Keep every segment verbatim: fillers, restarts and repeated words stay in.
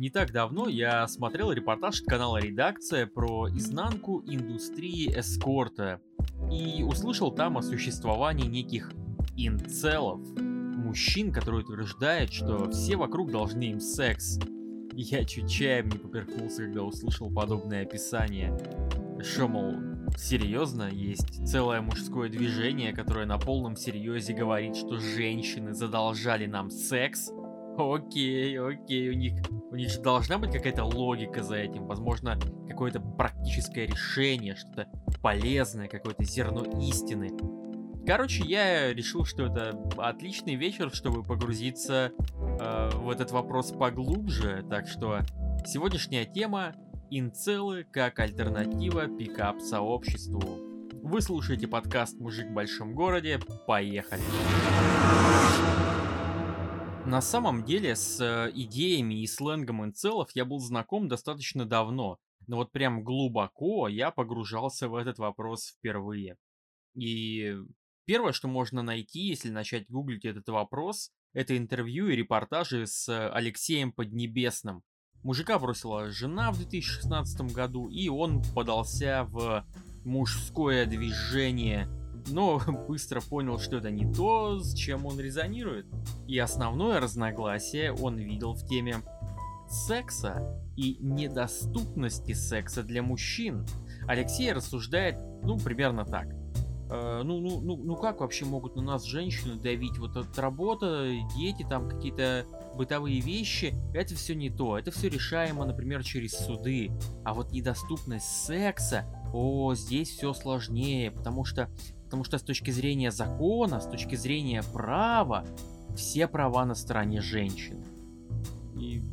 Не так давно я смотрел репортаж от канала «Редакция» про изнанку индустрии эскорта и услышал там о существовании неких инцелов, мужчин, которые утверждают, что все вокруг должны им секс. Я чуть чаем не поперхнулся, когда услышал подобное описание. Шо, мол, серьезно? Есть целое мужское движение, которое на полном серьезе говорит, что женщины задолжали нам секс? Окей, окей, у них, у них же должна быть какая-то логика за этим, возможно, какое-то практическое решение, что-то полезное, какое-то зерно истины. Короче, я решил, что это отличный вечер, чтобы погрузиться э, в этот вопрос поглубже, так что сегодняшняя тема — инцелы как альтернатива пикап-сообществу. Вы слушаете подкаст «Мужик в большом городе», поехали! На самом деле с идеями и сленгом инцелов я был знаком достаточно давно, но вот прям глубоко я погружался в этот вопрос впервые. И первое, что можно найти, если начать гуглить этот вопрос, это интервью и репортажи с Алексеем Поднебесным. Мужика бросила жена в две тысячи шестнадцатом году, и он подался в мужское движение, но быстро понял, что это не то, с чем он резонирует. И основное разногласие он видел в теме секса и недоступности секса для мужчин. Алексей рассуждает, ну, примерно так. Э, ну, ну, ну, ну как вообще могут на нас женщины давить? Вот эта работа, дети, там какие-то бытовые вещи, это все не то. Это все решаемо, например, через суды. А вот недоступность секса, о, здесь все сложнее, потому что, потому что с точки зрения закона, с точки зрения права, все права на стороне женщин. И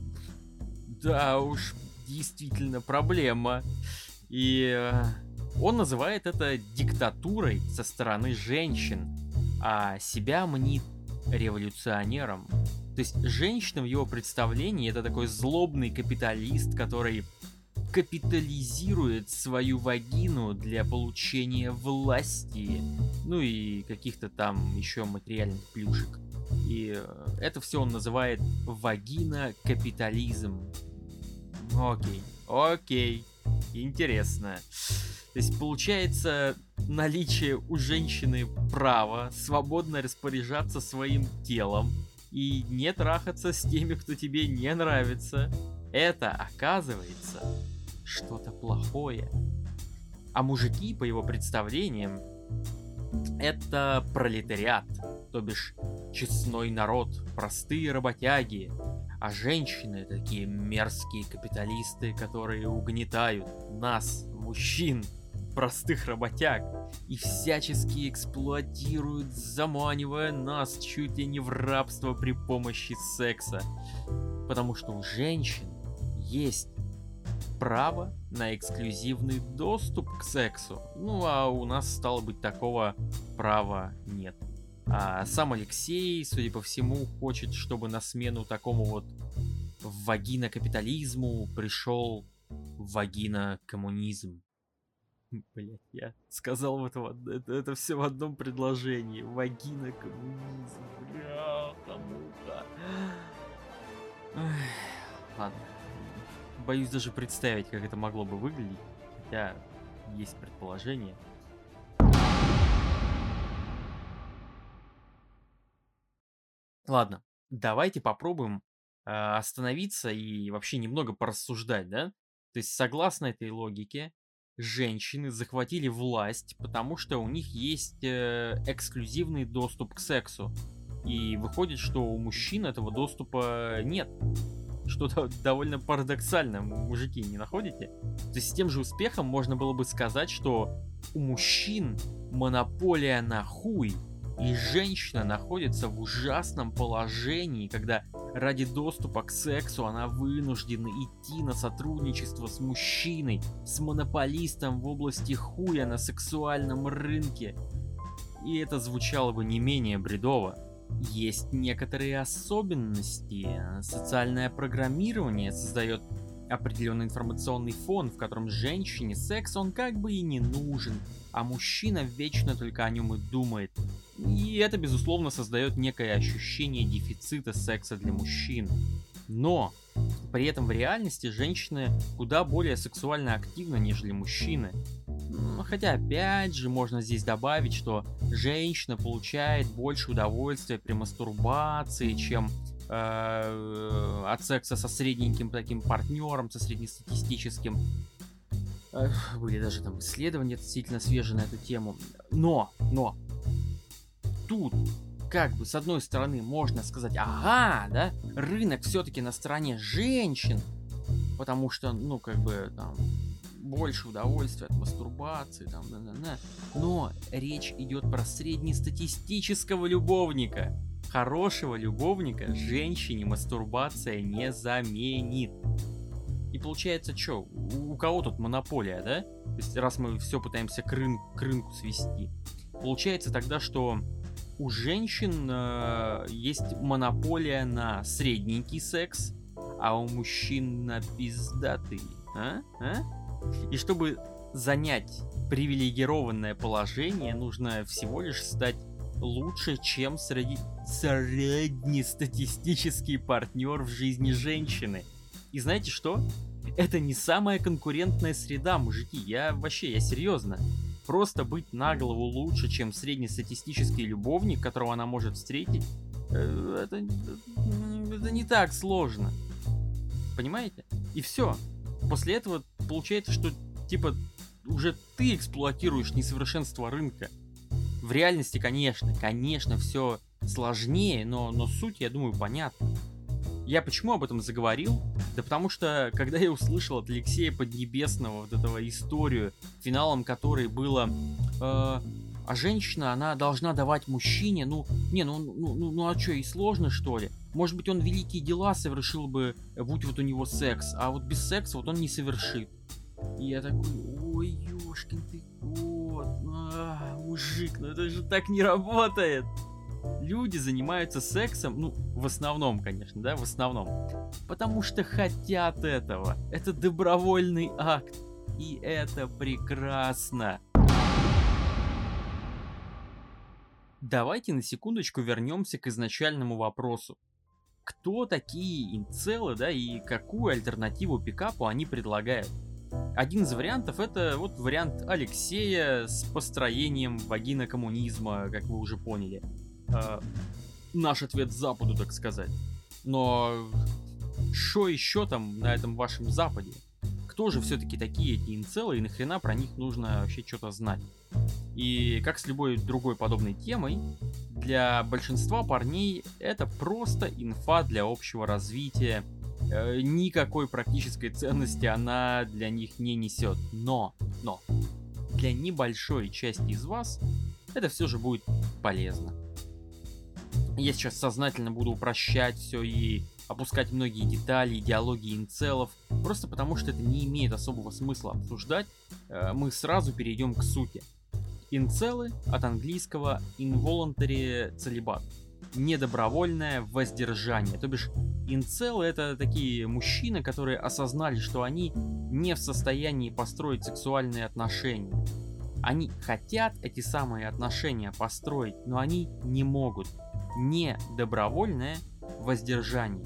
да уж, действительно проблема. И э, он называет это диктатурой со стороны женщин, а себя мнит революционером. То есть женщина в его представлении — это такой злобный капиталист, который капитализирует свою вагину для получения власти, ну и каких-то там еще материальных плюшек. И это все он называет вагина-капитализм. Окей, окей, интересно. То есть получается наличие у женщины права свободно распоряжаться своим телом и не трахаться с теми, кто тебе не нравится. Это, оказывается, что-то плохое. А мужики, по его представлениям, это пролетариат, то бишь честной народ, простые работяги. А женщины — такие мерзкие капиталисты, которые угнетают нас, мужчин, простых работяг, и всячески эксплуатируют, заманивая нас чуть ли не в рабство при помощи секса. Потому что у женщин есть право на эксклюзивный доступ к сексу. Ну а у нас, стало быть, такого права нет. А сам Алексей, судя по всему, хочет, чтобы на смену такому вот вагина-капитализму пришел вагина-коммунизм. Блять, я сказал это, это, это все в одном предложении. Вагина-коммунизм. Бля, кому-то. Ладно. Боюсь даже представить, как это могло бы выглядеть. Хотя есть предположение. Ладно, давайте попробуем э, остановиться и вообще немного порассуждать, да? То есть, согласно этой логике, женщины захватили власть, потому что у них есть э, эксклюзивный доступ к сексу. И выходит, что у мужчин этого доступа нет. Что-то довольно парадоксально, мужики, не находите? То есть с тем же успехом можно было бы сказать, что у мужчин монополия на хуй, и женщина находится в ужасном положении, когда ради доступа к сексу она вынуждена идти на сотрудничество с мужчиной, с монополистом в области хуя на сексуальном рынке. И это звучало бы не менее бредово. Есть некоторые особенности. Социальное программирование создает определенный информационный фон, в котором женщине секс он как бы и не нужен, а мужчина вечно только о нем и думает. И это, безусловно, создает некое ощущение дефицита секса для мужчин. Но при этом в реальности женщины куда более сексуально активны, нежели мужчины. М, Хотя, опять же, можно здесь добавить, что женщина получает больше удовольствия при мастурбации, чем э, от секса со средненьким таким партнером, со среднестатистическим. Эх, Были даже там исследования относительно свежие на эту тему. Но, но, тут, как бы, с одной стороны, можно сказать, ага, да, рынок все-таки на стороне женщин, потому что, ну, как бы, там, больше удовольствия от мастурбации, там, на-на-на. Но речь идет про среднестатистического любовника. Хорошего любовника женщине мастурбация не заменит. И получается, что, у, у кого тут монополия, да? То есть, раз мы все пытаемся к, рын- к рынку свести, получается тогда, что у женщин э, есть монополия на средненький секс, а у мужчин на пиздатый, а? А? И чтобы занять привилегированное положение, нужно всего лишь стать лучше, чем среди... среднестатистический партнер в жизни женщины. И знаете что? Это не самая конкурентная среда, мужики. Я вообще, я серьезно. Просто быть на голову лучше, чем среднестатистический любовник, которого она может встретить, э, это, это не так сложно. Понимаете? И все. После этого получается, что типа уже ты эксплуатируешь несовершенство рынка. В реальности, конечно, конечно, все сложнее, но, но суть, я думаю, понятна. Я почему об этом заговорил? Да потому что, когда я услышал от Алексея Поднебесного вот этого историю, финалом которой было э, а женщина, она должна давать мужчине, ну, не, ну, ну, ну, ну а что, и сложно, что ли? Может быть, он великие дела совершил бы, будь вот у него секс, а вот без секса вот он не совершит. И я такой, ой, ёшкин ты кот, а, мужик, ну это же так не работает. Люди занимаются сексом, ну, в основном, конечно, да, в основном, потому что хотят этого. Это добровольный акт, и это прекрасно. Давайте на секундочку вернемся к изначальному вопросу. Кто такие инцелы, да, и какую альтернативу пикапу они предлагают? Один из вариантов — это вот вариант Алексея с построением вагина коммунизма, как вы уже поняли. Э, наш ответ Западу, так сказать. Но что еще там на этом вашем Западе? Кто же все-таки такие эти инцелы, и нахрена про них нужно вообще что-то знать? И как с любой другой подобной темой, для большинства парней это просто инфа для общего развития. Э, никакой практической ценности она для них не несет. Но, но, для небольшой части из вас это все же будет полезно. Я сейчас сознательно буду упрощать все и опускать многие детали, идеологии инцелов, просто потому что это не имеет особого смысла обсуждать. Э, мы сразу перейдем к сути. Инцелы от английского involuntary celibate. Недобровольное воздержание. То бишь, инцелы — это такие мужчины, которые осознали, что они не в состоянии построить сексуальные отношения. Они хотят эти самые отношения построить, но они не могут. Недобровольное воздержание.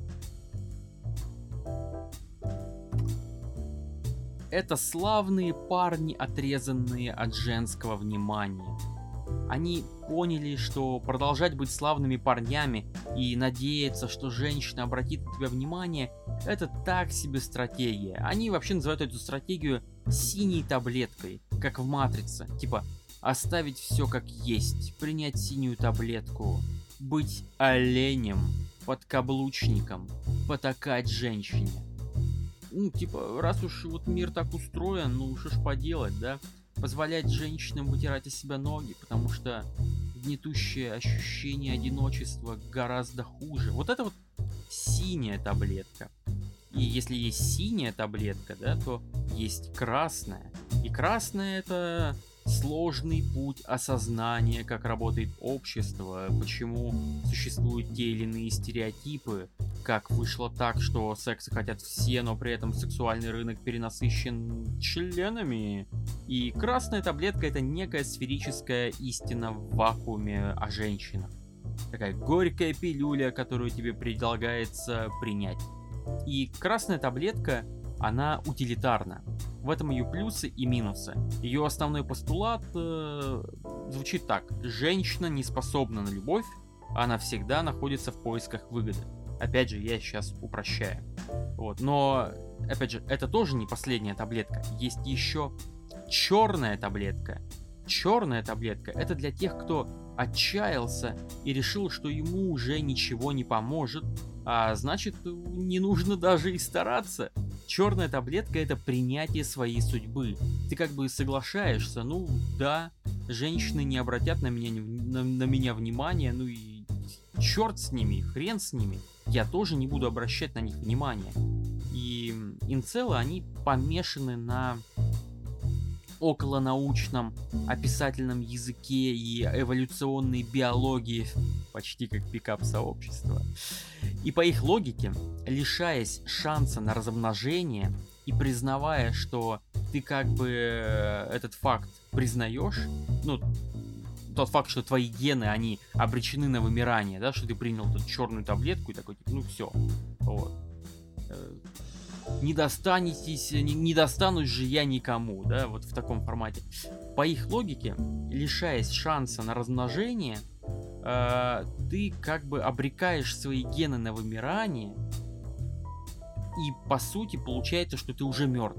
Это славные парни, отрезанные от женского внимания. Они поняли, что продолжать быть славными парнями и надеяться, что женщина обратит на тебя внимание, это так себе стратегия. Они вообще называют эту стратегию синей таблеткой, как в «Матрице». Типа, оставить все как есть, принять синюю таблетку, быть оленем, подкаблучником, потакать женщине. Ну, типа, раз уж вот мир так устроен, ну что ж поделать, да? Позволять женщинам вытирать из себя ноги, потому что гнетущее ощущение одиночества гораздо хуже. Вот это вот синяя таблетка. И если есть синяя таблетка, да, то есть красная. И красная — это сложный путь осознания, как работает общество, почему существуют те или иные стереотипы, как вышло так, что секса хотят все, но при этом сексуальный рынок перенасыщен членами. И красная таблетка — это некая сферическая истина в вакууме о женщинах. такая горькая пилюля, которую тебе предлагается принять. И красная таблетка, она утилитарна. В этом ее плюсы и минусы. Ее основной постулат э, звучит так. Женщина не способна на любовь, она всегда находится в поисках выгоды. Опять же, я сейчас упрощаю. Вот. Но, опять же, это тоже не последняя таблетка. Есть еще черная таблетка. Черная таблетка — это для тех, кто отчаялся и решил, что ему уже ничего не поможет, а значит, не нужно даже и стараться. Черная таблетка — это принятие своей судьбы. Ты как бы соглашаешься, ну да, женщины не обратят на меня, на, на меня внимания, ну и черт с ними, хрен с ними. Я тоже не буду обращать на них внимания. И инцелы, они помешаны на околонаучном описательном языке и эволюционной биологии, почти как пикап-сообщество. И по их логике, лишаясь шанса на размножение и признавая, что ты как бы этот факт признаешь, ну, тот факт, что твои гены, они обречены на вымирание, да, что ты принял тут черную таблетку и такой, типа, ну все, вот. Не достанетесь, не, не достанусь же я никому, да, вот в таком формате. По их логике, лишаясь шанса на размножение, э, ты как бы обрекаешь свои гены на вымирание, и по сути получается, что ты уже мертв.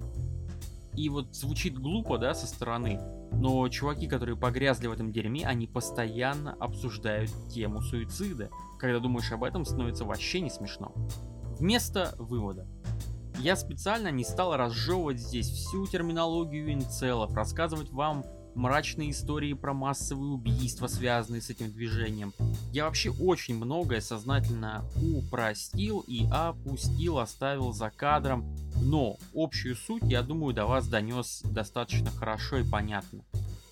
И вот звучит глупо, да, со стороны, но чуваки, которые погрязли в этом дерьме, они постоянно обсуждают тему суицида. Когда думаешь об этом, становится вообще не смешно. Вместо вывода. Я специально не стал разжевывать здесь всю терминологию инцелов, рассказывать вам мрачные истории про массовые убийства, связанные с этим движением. Я вообще очень многое сознательно упростил и опустил, оставил за кадром, но общую суть, я думаю, до вас донес достаточно хорошо и понятно.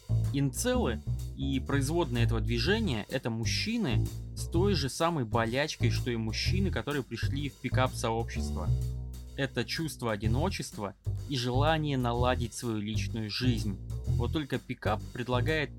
Инцелы и производные этого движения — это мужчины с той же самой болячкой, что и мужчины, которые пришли в пикап-сообщество. Это чувство одиночества и желание наладить свою личную жизнь. Вот только пикап предлагает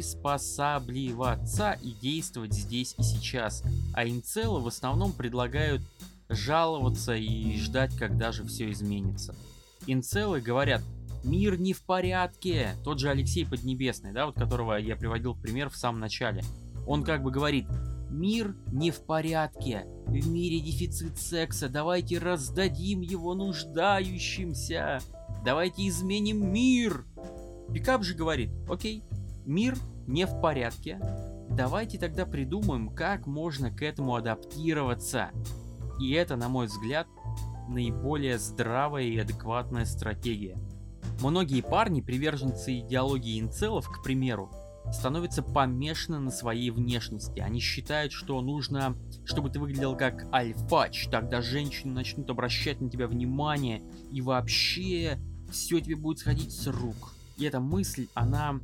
приспосабливаться и действовать здесь и сейчас, а инцелы в основном предлагают жаловаться и ждать, когда же все изменится. Инцелы говорят: мир не в порядке. Тот же Алексей Поднебесный, да, вот которого я приводил в пример в самом начале. Он как бы говорит: мир не в порядке. В мире дефицит секса. Давайте раздадим его нуждающимся. Давайте изменим мир. Пикап же говорит: окей, мир не в порядке. Давайте тогда придумаем, как можно к этому адаптироваться. И это, на мой взгляд, наиболее здравая и адекватная стратегия. Многие парни, приверженцы идеологии инцелов, к примеру, становятся помешаны на своей внешности. Они считают, что нужно, чтобы ты выглядел как альфач, тогда женщины начнут обращать на тебя внимание, и вообще все тебе будет сходить с рук. И эта мысль, она,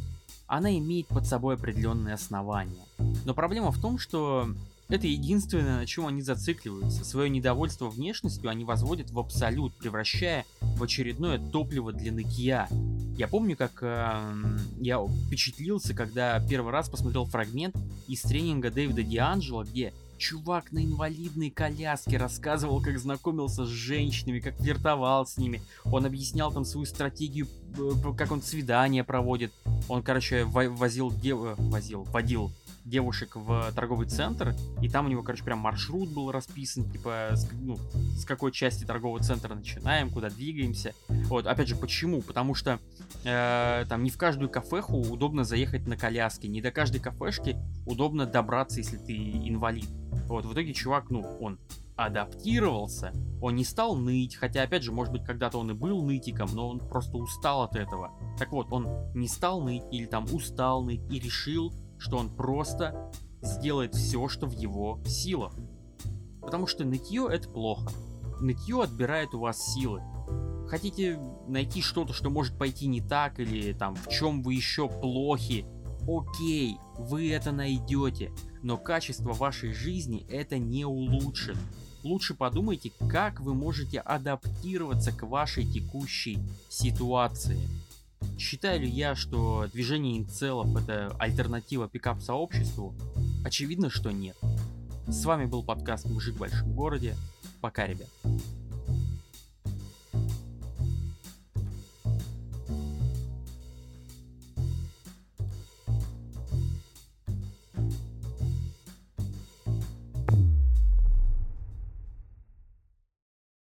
она имеет под собой определенные основания. Но проблема в том, что это единственное, на чем они зацикливаются. Свое недовольство внешностью они возводят в абсолют, превращая в очередное топливо для нытья. Я помню, как э, я впечатлился, когда первый раз посмотрел фрагмент из тренинга Дэвида Дианджело, где чувак на инвалидной коляске рассказывал, как знакомился с женщинами, как флиртовал с ними. Он объяснял там свою стратегию, как он свидания проводит. Он, короче, возил, дев... возил, водил девушек в торговый центр, и там у него, короче, прям маршрут был расписан, типа, с, ну, с какой части торгового центра начинаем, куда двигаемся. Вот, опять же, почему? Потому что э, там не в каждую кафеху удобно заехать на коляске, не до каждой кафешки удобно добраться, если ты инвалид. Вот, в итоге чувак, ну, он адаптировался, он не стал ныть, хотя, опять же, может быть, когда-то он и был нытиком, но он просто устал от этого. Так вот, он не стал ныть или там устал ныть и решил, что он просто сделает все, что в его силах. Потому что нытье — это плохо. Нытье отбирает у вас силы. Хотите найти что-то, что может пойти не так, или там в чем вы еще плохи, окей, вы это найдете, но качество вашей жизни это не улучшит. Лучше подумайте, как вы можете адаптироваться к вашей текущей ситуации. Считаю ли я, что движение инцелов — это альтернатива пикап-сообществу? Очевидно, что нет. С вами был подкаст «Мужик в большом городе». Пока, ребят.